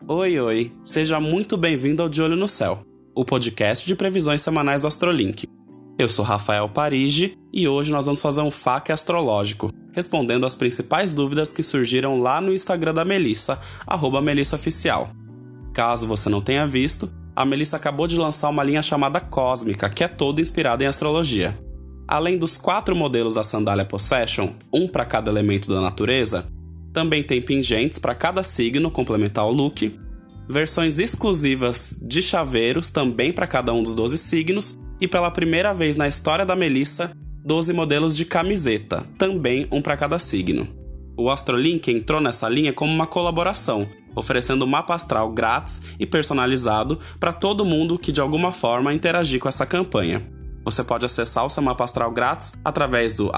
Oi, oi! Seja muito bem-vindo ao De Olho no Céu, o podcast de previsões semanais do Astrolink. Eu sou Rafael Parigi e hoje nós vamos fazer um FAQ astrológico, respondendo as principais dúvidas que surgiram lá no Instagram da Melissa, @MelissaOficial. Caso você não tenha visto, a Melissa acabou de lançar uma linha chamada Cósmica, que é toda inspirada em astrologia. Além dos 4 modelos da sandália Possession, um para cada elemento da natureza, também tem pingentes para cada signo complementar o look, versões exclusivas de chaveiros também para cada um dos 12 signos e pela primeira vez na história da Melissa, 12 modelos de camiseta, também um para cada signo. O Astrolink entrou nessa linha como uma colaboração, oferecendo um mapa astral grátis e personalizado para todo mundo que de alguma forma interagir com essa campanha. Você pode acessar o seu mapa astral grátis através do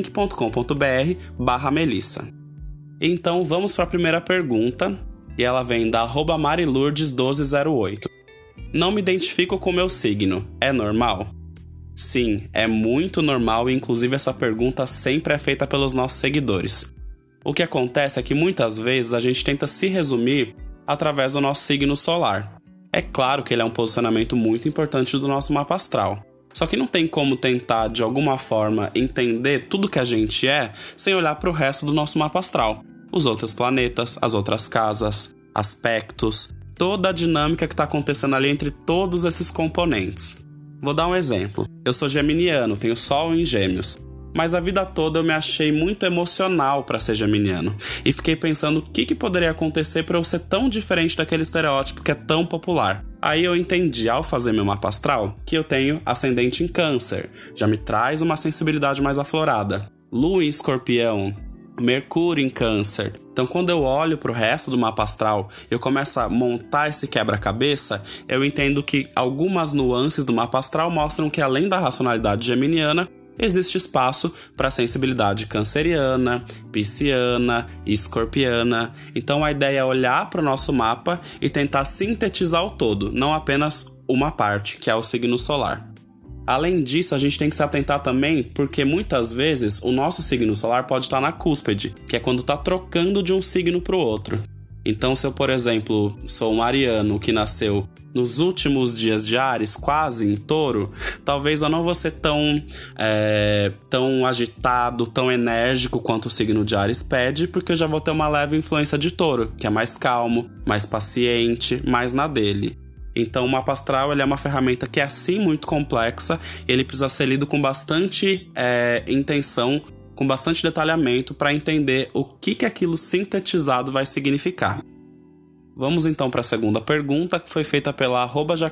astrolink.com.br/Melissa. Então vamos para a primeira pergunta, e ela vem da @marilourdes1208. Não me identifico com meu signo, é normal? Sim, é muito normal e inclusive essa pergunta sempre é feita pelos nossos seguidores. O que acontece é que muitas vezes a gente tenta se resumir através do nosso signo solar. É claro que ele é um posicionamento muito importante do nosso mapa astral. Só que não tem como tentar, de alguma forma, entender tudo que a gente é sem olhar para o resto do nosso mapa astral. Os outros planetas, as outras casas, aspectos, toda a dinâmica que está acontecendo ali entre todos esses componentes. Vou dar um exemplo. Eu sou geminiano, tenho Sol em Gêmeos. Mas a vida toda eu me achei muito emocional para ser geminiano. E fiquei pensando o que poderia acontecer para eu ser tão diferente daquele estereótipo que é tão popular. Aí eu entendi, ao fazer meu mapa astral, que eu tenho ascendente em Câncer. Já me traz uma sensibilidade mais aflorada. Lua em Escorpião. Mercúrio em Câncer. Então quando eu olho para o resto do mapa astral, eu começo a montar esse quebra-cabeça, eu entendo que algumas nuances do mapa astral mostram que além da racionalidade geminiana, existe espaço para sensibilidade canceriana, pisciana e escorpiana. Então a ideia é olhar para o nosso mapa e tentar sintetizar o todo, não apenas uma parte, que é o signo solar. Além disso, a gente tem que se atentar também porque muitas vezes o nosso signo solar pode estar na cúspide, que é quando está trocando de um signo para o outro. Então, se eu, por exemplo, sou um ariano que nasceu nos últimos dias de Áries, quase em Touro, talvez eu não vou ser tão agitado, tão enérgico quanto o signo de Áries pede, porque eu já vou ter uma leve influência de Touro, que é mais calmo, mais paciente, mais na dele. Então o mapa astral ele é uma ferramenta que é sim muito complexa, ele precisa ser lido com bastante intenção, com bastante detalhamento para entender o que aquilo sintetizado vai significar. Vamos então para a segunda pergunta, que foi feita pela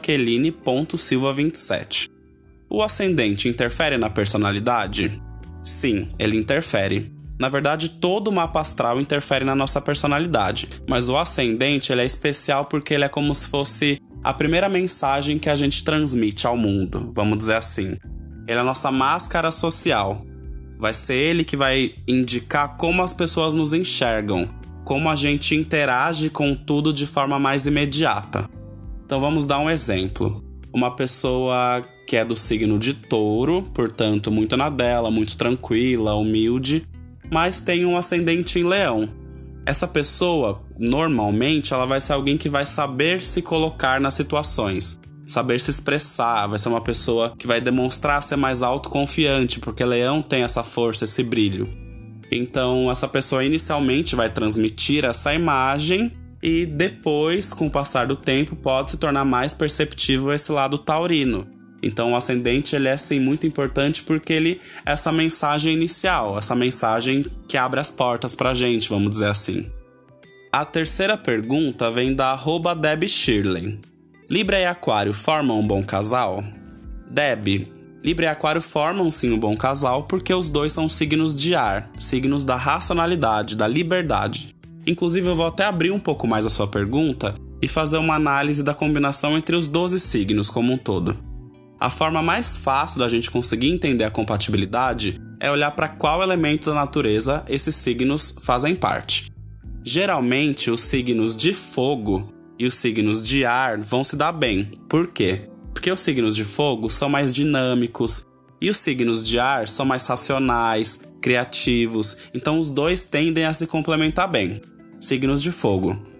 @jaqueline.silva27. O ascendente interfere na personalidade? Sim, ele interfere. Na verdade, todo o mapa astral interfere na nossa personalidade, mas o ascendente ele é especial porque ele é como se fosse a primeira mensagem que a gente transmite ao mundo, vamos dizer assim. Ele é a nossa máscara social. Vai ser ele que vai indicar como as pessoas nos enxergam, como a gente interage com tudo de forma mais imediata. Então vamos dar um exemplo. Uma pessoa que é do signo de Touro, portanto muito na dela, muito tranquila, humilde, mas tem um ascendente em Leão. Essa pessoa, normalmente, ela vai ser alguém que vai saber se colocar nas situações, saber se expressar, vai ser uma pessoa que vai demonstrar ser mais autoconfiante, porque Leão tem essa força, esse brilho. Então, essa pessoa inicialmente vai transmitir essa imagem e depois, com o passar do tempo, pode se tornar mais perceptível esse lado taurino. Então o ascendente ele é sim muito importante porque ele é essa mensagem inicial, essa mensagem que abre as portas pra gente, vamos dizer assim. A terceira pergunta vem da @DebShirley. Libra e Aquário formam um bom casal? Deb, Libra e Aquário formam sim um bom casal porque os dois são signos de ar, signos da racionalidade, da liberdade. Inclusive eu vou até abrir um pouco mais a sua pergunta e fazer uma análise da combinação entre os 12 signos como um todo. A forma mais fácil da gente conseguir entender a compatibilidade é olhar para qual elemento da natureza esses signos fazem parte. Geralmente, os signos de fogo e os signos de ar vão se dar bem. Por quê? Porque os signos de fogo são mais dinâmicos e os signos de ar são mais racionais, criativos. Então, os dois tendem a se complementar bem. Signos de fogo.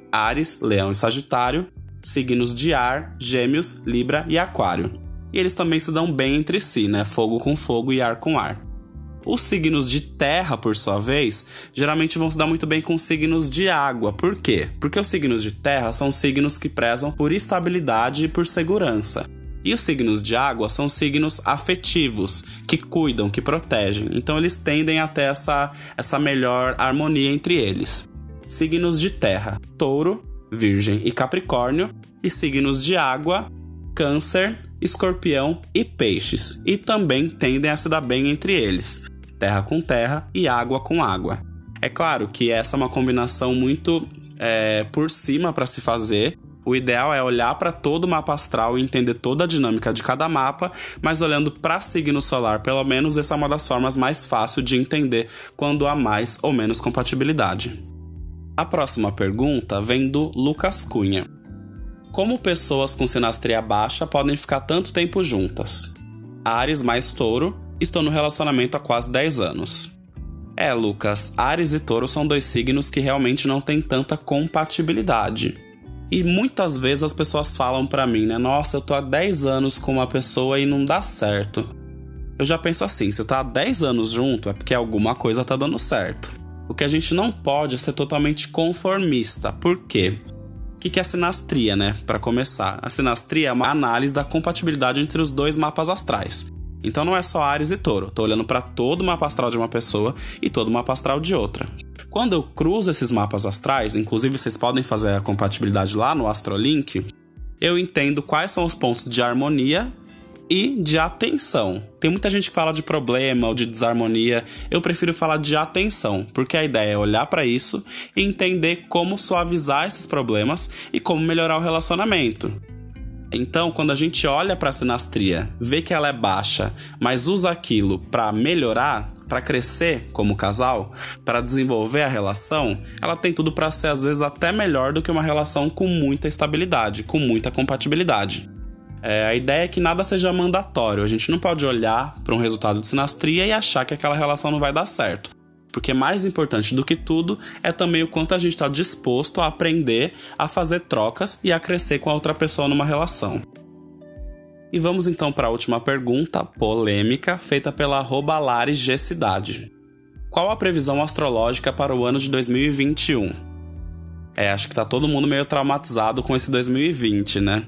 Áries, Leão e Sagitário, signos de ar, Gêmeos, Libra e Aquário. E eles também se dão bem entre si, né? Fogo com fogo e ar com ar. Os signos de terra, por sua vez, geralmente vão se dar muito bem com signos de água. Por quê? Porque os signos de terra são signos que prezam por estabilidade e por segurança. E os signos de água são signos afetivos, que cuidam, que protegem. Então eles tendem a ter essa melhor harmonia entre eles. Signos de terra, Touro, Virgem e Capricórnio. E signos de água, Câncer, Escorpião e Peixes. E também tendem a se dar bem entre eles. Terra com terra e água com água. É claro que essa é uma combinação muito por cima para se fazer. O ideal é olhar para todo o mapa astral e entender toda a dinâmica de cada mapa, mas olhando para signo solar, pelo menos, essa é uma das formas mais fáceis de entender quando há mais ou menos compatibilidade. A próxima pergunta vem do Lucas Cunha. Como pessoas com sinastria baixa podem ficar tanto tempo juntas? Áries mais Touro. Estou no relacionamento há quase 10 anos. Lucas, Áries e Touro são dois signos que realmente não têm tanta compatibilidade. E muitas vezes as pessoas falam pra mim, né? Nossa, eu tô há 10 anos com uma pessoa e não dá certo. Eu já penso assim, se tá há 10 anos junto, é porque alguma coisa tá dando certo. O que a gente não pode é ser totalmente conformista. Por quê? O que é a sinastria, né? Pra começar, a sinastria é uma análise da compatibilidade entre os dois mapas astrais. Então não é só Áries e Touro, tô olhando para todo o mapa astral de uma pessoa e todo o mapa astral de outra. Quando eu cruzo esses mapas astrais, inclusive vocês podem fazer a compatibilidade lá no Astrolink, eu entendo quais são os pontos de harmonia e de atenção. Tem muita gente que fala de problema ou de desarmonia, eu prefiro falar de atenção, porque a ideia é olhar para isso e entender como suavizar esses problemas e como melhorar o relacionamento. Então, quando a gente olha para a sinastria, vê que ela é baixa, mas usa aquilo para melhorar, para crescer como casal, para desenvolver a relação, ela tem tudo para ser, às vezes, até melhor do que uma relação com muita estabilidade, com muita compatibilidade. A ideia é que nada seja mandatório, a gente não pode olhar para um resultado de sinastria e achar que aquela relação não vai dar certo. Porque mais importante do que tudo é também o quanto a gente está disposto a aprender, a fazer trocas e a crescer com a outra pessoa numa relação. E vamos então para a última pergunta, polêmica, feita pela @laresgcidade. Qual a previsão astrológica para o ano de 2021? Acho que tá todo mundo meio traumatizado com esse 2020, né?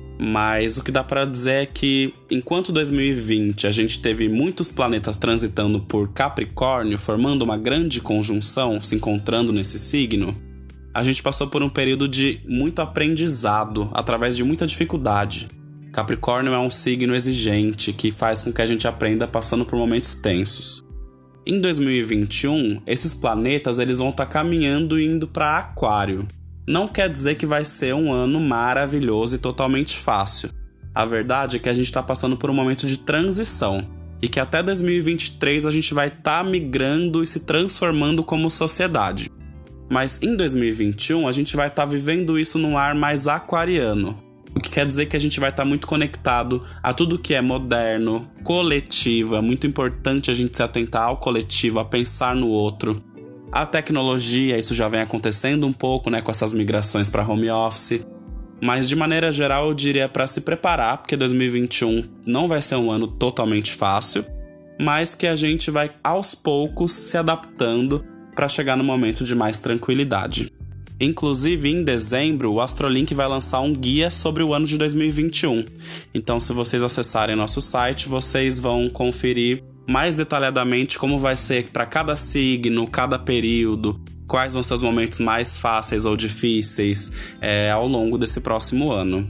Mas o que dá pra dizer é que, enquanto 2020 a gente teve muitos planetas transitando por Capricórnio, formando uma grande conjunção, se encontrando nesse signo, a gente passou por um período de muito aprendizado, através de muita dificuldade. Capricórnio é um signo exigente, que faz com que a gente aprenda passando por momentos tensos. Em 2021, esses planetas eles vão estar caminhando e indo para Aquário. Não quer dizer que vai ser um ano maravilhoso e totalmente fácil. A verdade é que a gente está passando por um momento de transição e que até 2023 a gente vai estar migrando e se transformando como sociedade. Mas em 2021 a gente vai estar vivendo isso num ar mais aquariano, o que quer dizer que a gente vai estar muito conectado a tudo que é moderno, coletivo. É muito importante a gente se atentar ao coletivo, a pensar no outro. A tecnologia, isso já vem acontecendo um pouco, né, com essas migrações para home office. Mas de maneira geral eu diria para se preparar, porque 2021 não vai ser um ano totalmente fácil, mas que a gente vai aos poucos se adaptando para chegar no momento de mais tranquilidade. Inclusive, em dezembro, o Astrolink vai lançar um guia sobre o ano de 2021. Então, se vocês acessarem nosso site, vocês vão conferir mais detalhadamente como vai ser para cada signo, cada período, quais vão ser os momentos mais fáceis ou difíceis ao longo desse próximo ano.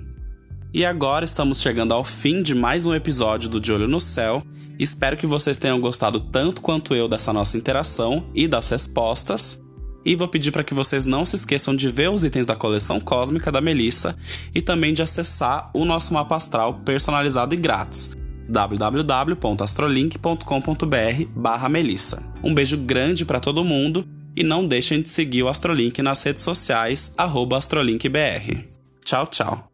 E agora estamos chegando ao fim de mais um episódio do De Olho no Céu. Espero que vocês tenham gostado tanto quanto eu dessa nossa interação e das respostas. E vou pedir para que vocês não se esqueçam de ver os itens da coleção cósmica da Melissa e também de acessar o nosso mapa astral personalizado e grátis, www.astrolink.com.br/Melissa. Um beijo grande para todo mundo e não deixem de seguir o Astrolink nas redes sociais @AstrolinkBR. Tchau, tchau!